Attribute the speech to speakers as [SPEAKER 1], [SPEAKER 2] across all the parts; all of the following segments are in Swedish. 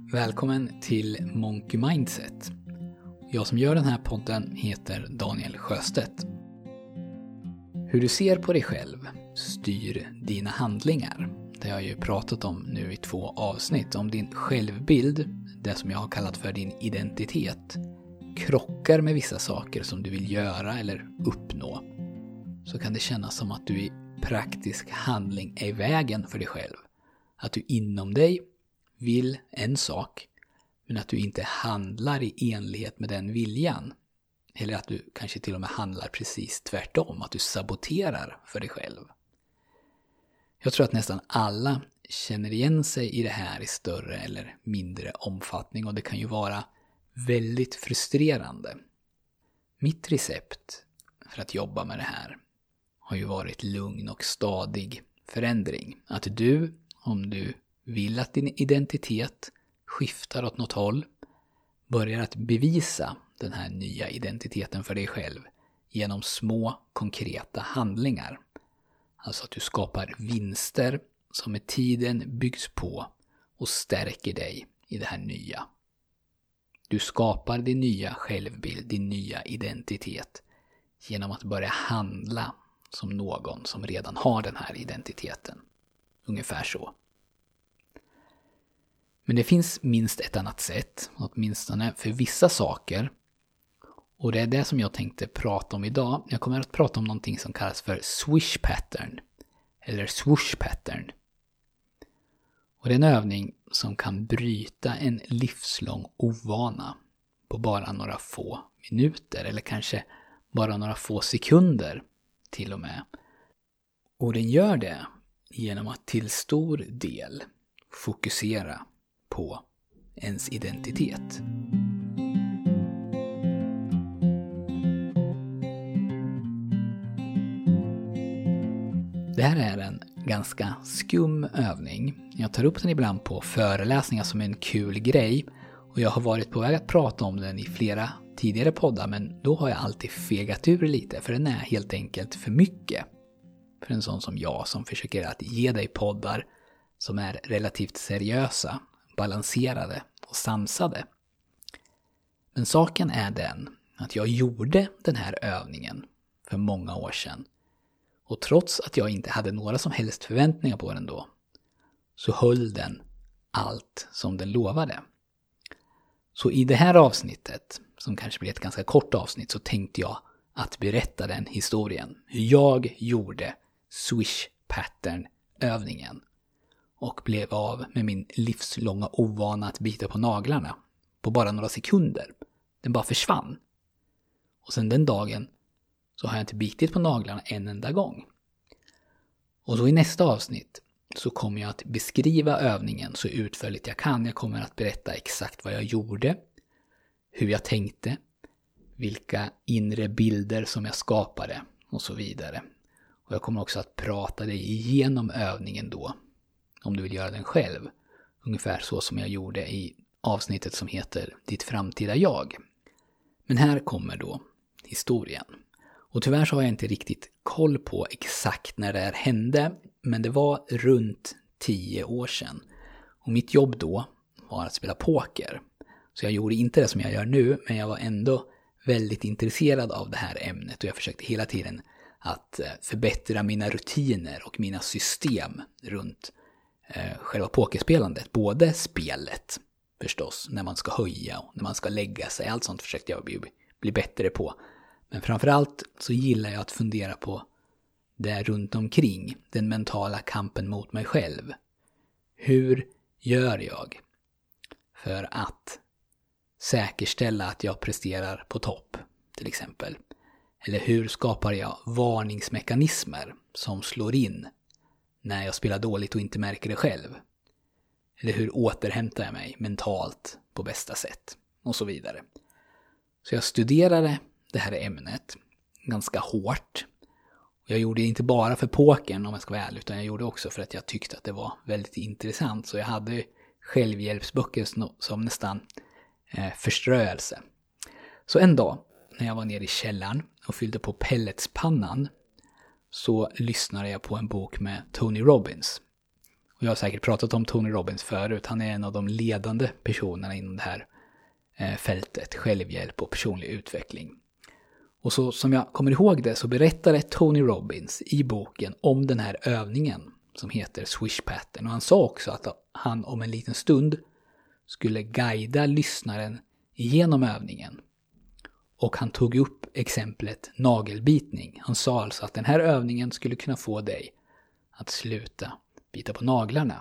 [SPEAKER 1] Välkommen till Monkey Mindset. Jag som gör den här podden heter Daniel Sjöstedt. Hur du ser på dig själv styr dina handlingar. Det har jag ju pratat om nu i 2 avsnitt. Om din självbild, det som jag har kallat för din identitet, krockar med vissa saker som du vill göra eller uppnå, så kan det kännas som att du i praktisk handling är i vägen för dig själv. Att du inom dig vill en sak, men att du inte handlar i enlighet med den viljan. Eller att du kanske till och med handlar precis tvärtom, att du saboterar för dig själv. Jag tror att nästan alla känner igen sig i det här i större eller mindre omfattning, och det kan ju vara väldigt frustrerande. Mitt recept för att jobba med det här har ju varit lugn och stadig förändring. Att du, om du vill att din identitet skiftar åt något håll, börjar att bevisa den här nya identiteten för dig själv genom små konkreta handlingar. Alltså att du skapar vinster som med tiden byggs på och stärker dig i det här nya. Du skapar din nya självbild, din nya identitet genom att börja handla som någon som redan har den här identiteten. Ungefär så. Men det finns minst ett annat sätt, åtminstone för vissa saker. Och det är det som jag tänkte prata om idag. Jag kommer att prata om någonting som kallas för swish pattern, eller swoosh pattern. Och det är en övning som kan bryta en livslång ovana på bara några få minuter, eller kanske bara några få sekunder till och med. Och den gör det genom att till stor del fokusera på ens identitet. Det här är en ganska skum övning. Jag tar upp den ibland på föreläsningar som en kul grej, och jag har varit på väg att prata om den i flera tidigare poddar, men då har jag alltid fegat ur lite, för den är helt enkelt för mycket för en sån som jag som försöker att ge dig poddar som är relativt seriösa, balanserade och sansade. Men saken är den att jag gjorde den här övningen för många år sedan, och trots att jag inte hade några som helst förväntningar på den då, så höll den allt som den lovade. Så i det här avsnittet, som kanske blir ett ganska kort avsnitt, så tänkte jag att berätta den historien. Hur jag gjorde swish pattern övningen och blev av med min livslånga ovana att bita på naglarna på bara några sekunder. Den bara försvann. Och sen den dagen så har jag inte bitit på naglarna en enda gång. Och så i nästa avsnitt så kommer jag att beskriva övningen så utförligt jag kan. Jag kommer att berätta exakt vad jag gjorde, hur jag tänkte, vilka inre bilder som jag skapade och så vidare. Och jag kommer också att prata dig igenom övningen då, om du vill göra den själv. Ungefär så som jag gjorde i avsnittet som heter Ditt framtida jag. Men här kommer då historien. Och tyvärr så har jag inte riktigt koll på exakt när det här hände, men det var runt 10 år sedan. Och mitt jobb då var att spela poker. Så jag gjorde inte det som jag gör nu, men jag var ändå väldigt intresserad av det här ämnet, och jag försökte hela tiden att förbättra mina rutiner och mina system runt själva pokerspelandet. Både spelet förstås, när man ska höja och när man ska lägga sig. Allt sånt försökte jag bli bättre på. Men framförallt så gillar jag att fundera på det runt omkring, den mentala kampen mot mig själv. Hur gör jag för att säkerställa att jag presterar på topp, till exempel? Eller hur skapar jag varningsmekanismer som slår in när jag spelar dåligt och inte märker det själv? Eller hur återhämtar jag mig mentalt på bästa sätt? Och så vidare. Så jag studerade det här ämnet ganska hårt. Jag gjorde det inte bara för pokern, om jag ska vara ärlig, utan jag gjorde det också för att jag tyckte att det var väldigt intressant. Så jag hade självhjälpsböcker som nästan förströelse. Så en dag när jag var nere i källaren och fyllde på pelletspannan, så lyssnade jag på en bok med Tony Robbins. Och jag har säkert pratat om Tony Robbins förut. Han är en av de ledande personerna inom det här fältet, självhjälp och personlig utveckling. Och så som jag kommer ihåg det så berättade Tony Robbins i boken om den här övningen som heter Swish Pattern. Och han sa också att han om en liten stund skulle guida lyssnaren igenom övningen. Och han tog upp exemplet nagelbitning. Han sa alltså att den här övningen skulle kunna få dig att sluta bita på naglarna.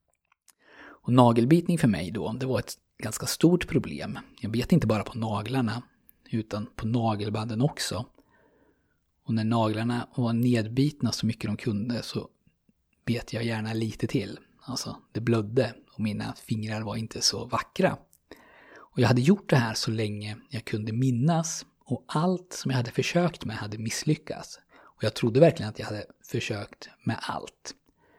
[SPEAKER 1] Och nagelbitning för mig då, det var ett ganska stort problem. Jag bet inte bara på naglarna utan på nagelbanden också. Och när naglarna var nedbitna så mycket de kunde så bet jag gärna lite till. Alltså det blödde och mina fingrar var inte så vackra. Och jag hade gjort det här så länge jag kunde minnas och allt som jag hade försökt med hade misslyckats. Och jag trodde verkligen att jag hade försökt med allt.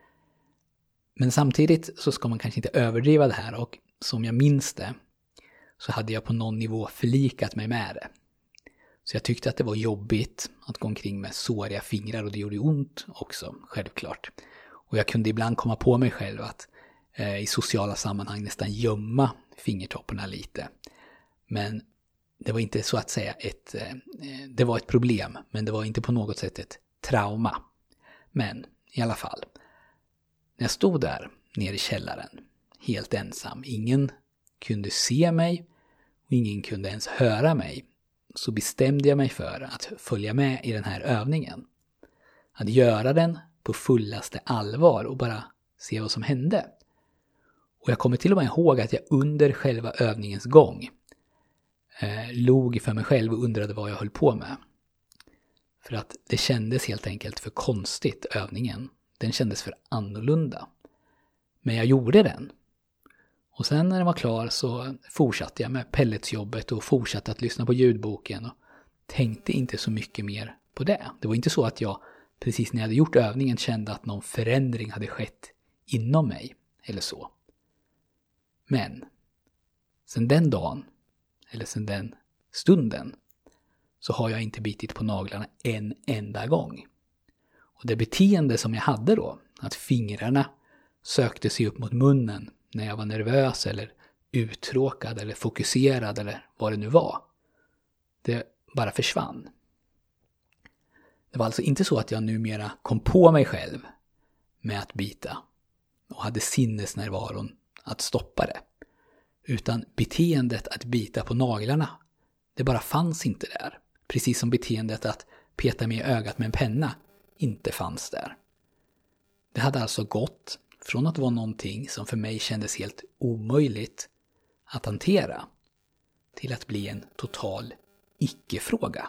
[SPEAKER 1] Men samtidigt så ska man kanske inte överdriva det här och som jag minns det så hade jag på någon nivå förlikat mig med det. Så jag tyckte att det var jobbigt att gå omkring med såriga fingrar och det gjorde ont också, självklart. Och jag kunde ibland komma på mig själv att i sociala sammanhang nästan gömma fingertopparna lite. Men det var inte så att säga det var ett problem, men det var inte på något sätt ett trauma. Men i alla fall, när jag stod där nere i källaren, helt ensam, ingen kunde se mig och ingen kunde ens höra mig, så bestämde jag mig för att följa med i den här övningen. Att göra den på fullaste allvar och bara se vad som hände. Och jag kommer till och med ihåg att jag under själva övningens gång log för mig själv och undrade vad jag höll på med. För att det kändes helt enkelt för konstigt, övningen. Den kändes för annorlunda. Men jag gjorde den. Och sen när den var klar så fortsatte jag med pelletsjobbet och fortsatte att lyssna på ljudboken och tänkte inte så mycket mer på det. Det var inte så att jag precis när jag hade gjort övningen kände att någon förändring hade skett inom mig eller så. Men sen den dagen, eller sen den stunden, så har jag inte bitit på naglarna en enda gång. Och det beteende som jag hade då, att fingrarna sökte sig upp mot munnen när jag var nervös eller uttråkad eller fokuserad eller vad det nu var, det bara försvann. Det var alltså inte så att jag numera kom på mig själv med att bita och hade sinnesnärvaron att stoppa det. Utan beteendet att bita på naglarna, det bara fanns inte där. Precis som beteendet att peta mig i ögat med en penna inte fanns där. Det hade alltså gått från att vara någonting som för mig kändes helt omöjligt att hantera till att bli en total icke-fråga.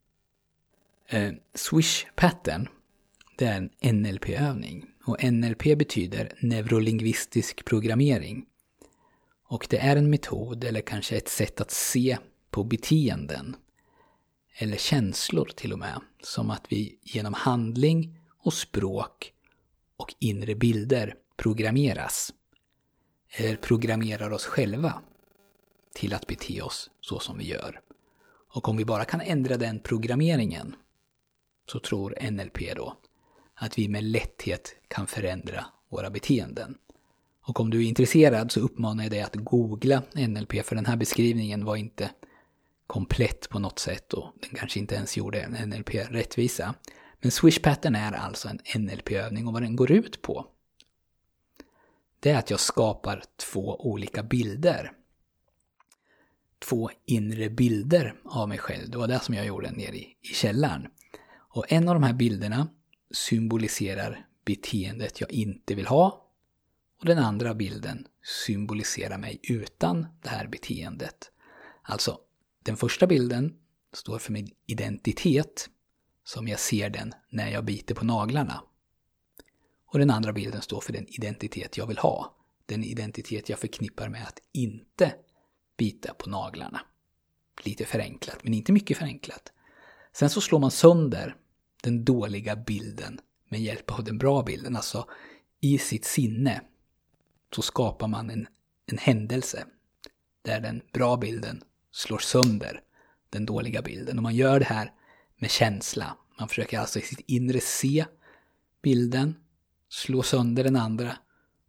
[SPEAKER 1] Swish Pattern, det är en NLP-övning. Och NLP betyder neurolingvistisk programmering. Och det är en metod eller kanske ett sätt att se på beteenden eller känslor till och med, som att vi genom handling och språk och inre bilder programmeras eller programmerar oss själva till att bete oss så som vi gör. Och om vi bara kan ändra den programmeringen så tror NLP då att vi med lätthet kan förändra våra beteenden. Och om du är intresserad så uppmanar jag dig att googla NLP, för den här beskrivningen var inte komplett på något sätt och den kanske inte ens gjorde en NLP rättvisa. Men Swish Pattern är alltså en NLP-övning och vad den går ut på, det är att jag skapar två olika bilder. Två inre bilder av mig själv. Det var det som jag gjorde nere i källaren. Och en av de här bilderna symboliserar beteendet jag inte vill ha. Och den andra bilden symboliserar mig utan det här beteendet. Alltså, den första bilden står för min identitet som jag ser den när jag biter på naglarna. Och den andra bilden står för den identitet jag vill ha. Den identitet jag förknippar med att inte bita på naglarna. Lite förenklat, men inte mycket förenklat. Sen så slår man sönder den dåliga bilden med hjälp av den bra bilden. Alltså i sitt sinne så skapar man en händelse där den bra bilden slår sönder den dåliga bilden. Och man gör det här med känsla. Man försöker alltså i sitt inre se bilden, slå sönder den andra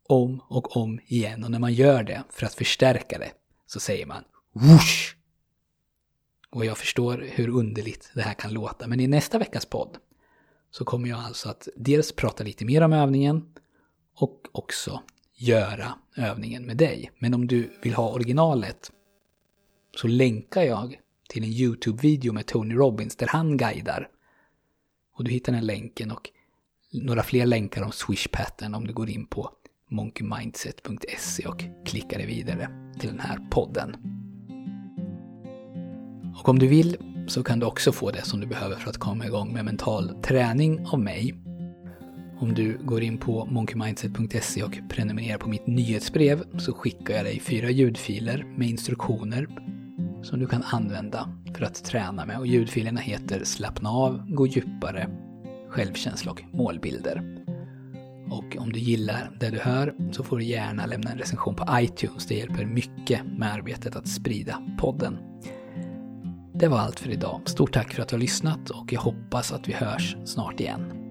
[SPEAKER 1] om och om igen. Och när man gör det för att förstärka det så säger man whoosh! Och jag förstår hur underligt det här kan låta. Men i nästa veckas podd så kommer jag alltså att dels prata lite mer om övningen och också göra övningen med dig. Men om du vill ha originalet så länkar jag till en YouTube-video med Tony Robbins där han guidar. Och du hittar den länken och några fler länkar om Swish Pattern om du går in på monkeymindset.se och klickar dig vidare till den här podden. Och om du vill så kan du också få det som du behöver för att komma igång med mental träning av mig. Om du går in på monkeymindset.se och prenumererar på mitt nyhetsbrev så skickar jag dig 4 ljudfiler med instruktioner som du kan använda för att träna med. Och ljudfilerna heter Slappna av, Gå djupare, Självkänsla och målbilder. Och om du gillar det du hör så får du gärna lämna en recension på iTunes. Det hjälper mycket med arbetet att sprida podden. Det var allt för idag. Stort tack för att du har lyssnat och jag hoppas att vi hörs snart igen.